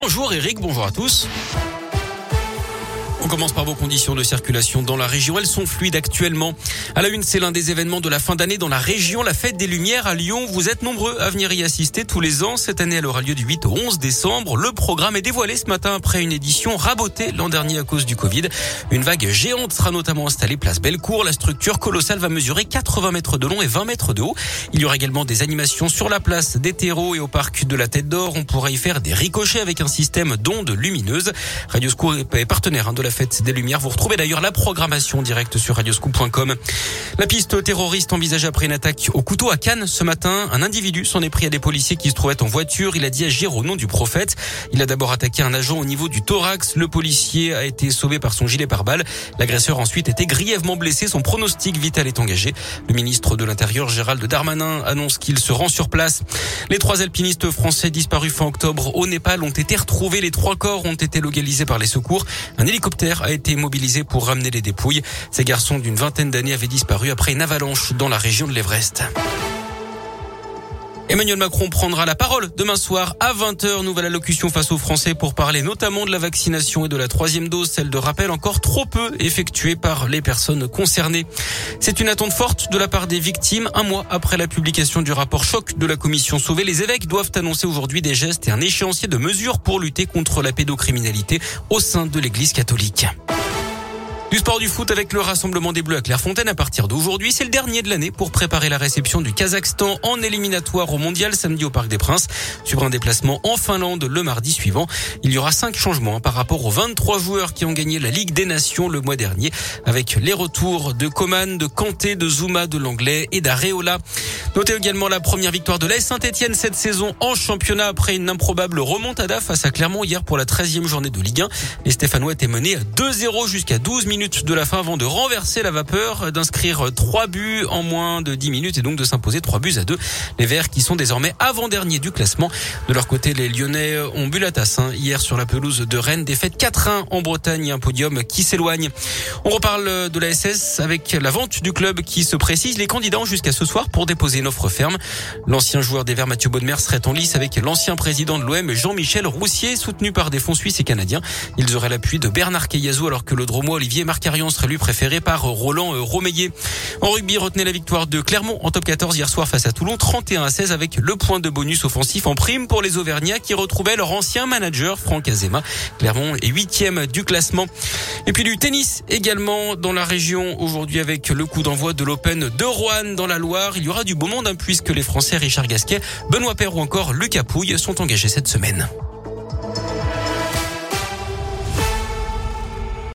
Bonjour Eric, bonjour à tous. On commence par vos conditions de circulation dans la région. Elles sont fluides actuellement. À la une, c'est l'un des événements de la fin d'année dans la région, la fête des Lumières à Lyon. Vous êtes nombreux à venir y assister tous les ans. Cette année, elle aura lieu du 8 au 11 décembre. Le programme est dévoilé ce matin après une édition rabotée l'an dernier à cause du Covid. Une vague géante sera notamment installée place Bellecour. La structure colossale va mesurer 80 mètres de long et 20 mètres de haut. Il y aura également des animations sur la place des terreaux et au parc de la Tête d'Or. On pourra y faire des ricochets avec un système d'ondes lumineuses. Radioscoop est partenaire de la fête des Lumières. Vous retrouvez d'ailleurs la programmation directe sur radioscoop.com. La piste terroriste envisagée après une attaque au couteau à Cannes ce matin. Un individu s'en est pris à des policiers qui se trouvaient en voiture. Il a dit agir au nom du prophète. Il a d'abord attaqué un agent au niveau du thorax. Le policier a été sauvé par son gilet pare-balles. L'agresseur a ensuite été grièvement blessé. Son pronostic vital est engagé. Le ministre de l'Intérieur, Gérald Darmanin, annonce qu'il se rend sur place. Les 3 alpinistes français disparus fin octobre au Népal ont été retrouvés. Les 3 corps ont été localisés par les secours. Un hélicoptère a été mobilisé pour ramener les dépouilles. Ces garçons d'une vingtaine d'années avaient disparu après une avalanche dans la région de l'Everest. Emmanuel Macron prendra la parole demain soir à 20h. Nouvelle allocution face aux Français pour parler notamment de la vaccination et de la 3e dose, celle de rappel encore trop peu effectuée par les personnes concernées. C'est une attente forte de la part des victimes. Un mois après la publication du rapport choc de la commission Sauvé, les évêques doivent annoncer aujourd'hui des gestes et un échéancier de mesures pour lutter contre la pédocriminalité au sein de l'Église catholique. Du sport, du foot avec le rassemblement des Bleus à Clairefontaine à partir d'aujourd'hui. C'est le dernier de l'année pour préparer la réception du Kazakhstan en éliminatoire au Mondial samedi au Parc des Princes. Suivra un déplacement en Finlande le mardi suivant. Il y aura 5 changements par rapport aux 23 joueurs qui ont gagné la Ligue des Nations le mois dernier, avec les retours de Coman, de Kanté, de Zouma, de Langlais et d'Areola. Notez également la première victoire de l'AS Saint-Etienne cette saison en championnat après une improbable remontada face à Clermont hier pour la 13e journée de Ligue 1. Les Stéphanois étaient menés 2-0 jusqu'à 12 minutes de la fin avant de renverser la vapeur, d'inscrire 3 buts en moins de 10 minutes et donc de s'imposer 3-2. Les Verts qui sont désormais avant-derniers du classement. De leur côté, les Lyonnais ont bu la tasse hier sur la pelouse de Rennes. Défaite 4-1 en Bretagne et un podium qui s'éloigne. On reparle de la SS avec la vente du club qui se précise. Les candidats ont jusqu'à ce soir pour déposer une offre ferme. L'ancien joueur des Verts Mathieu Bodmer serait en lice avec l'ancien président de l'OM Jean-Michel Roussier, soutenu par des fonds suisses et canadiens. Ils auraient l'appui de Bernard Caillazou alors que le Dromois Olivier Marcarian serait lui préféré par Roland Romeillet. En rugby, retenez la victoire de Clermont en top 14 hier soir face à Toulon, 31-16 avec le point de bonus offensif en prime pour les Auvergnats qui retrouvaient leur ancien manager Franck Azema. Clermont est 8e du classement. Et puis du tennis également dans la région aujourd'hui avec le coup d'envoi de l'Open de Roanne dans la Loire. Il y aura du beau monde puisque les Français Richard Gasquet, Benoît Paire ou encore Lucas Pouille sont engagés cette semaine.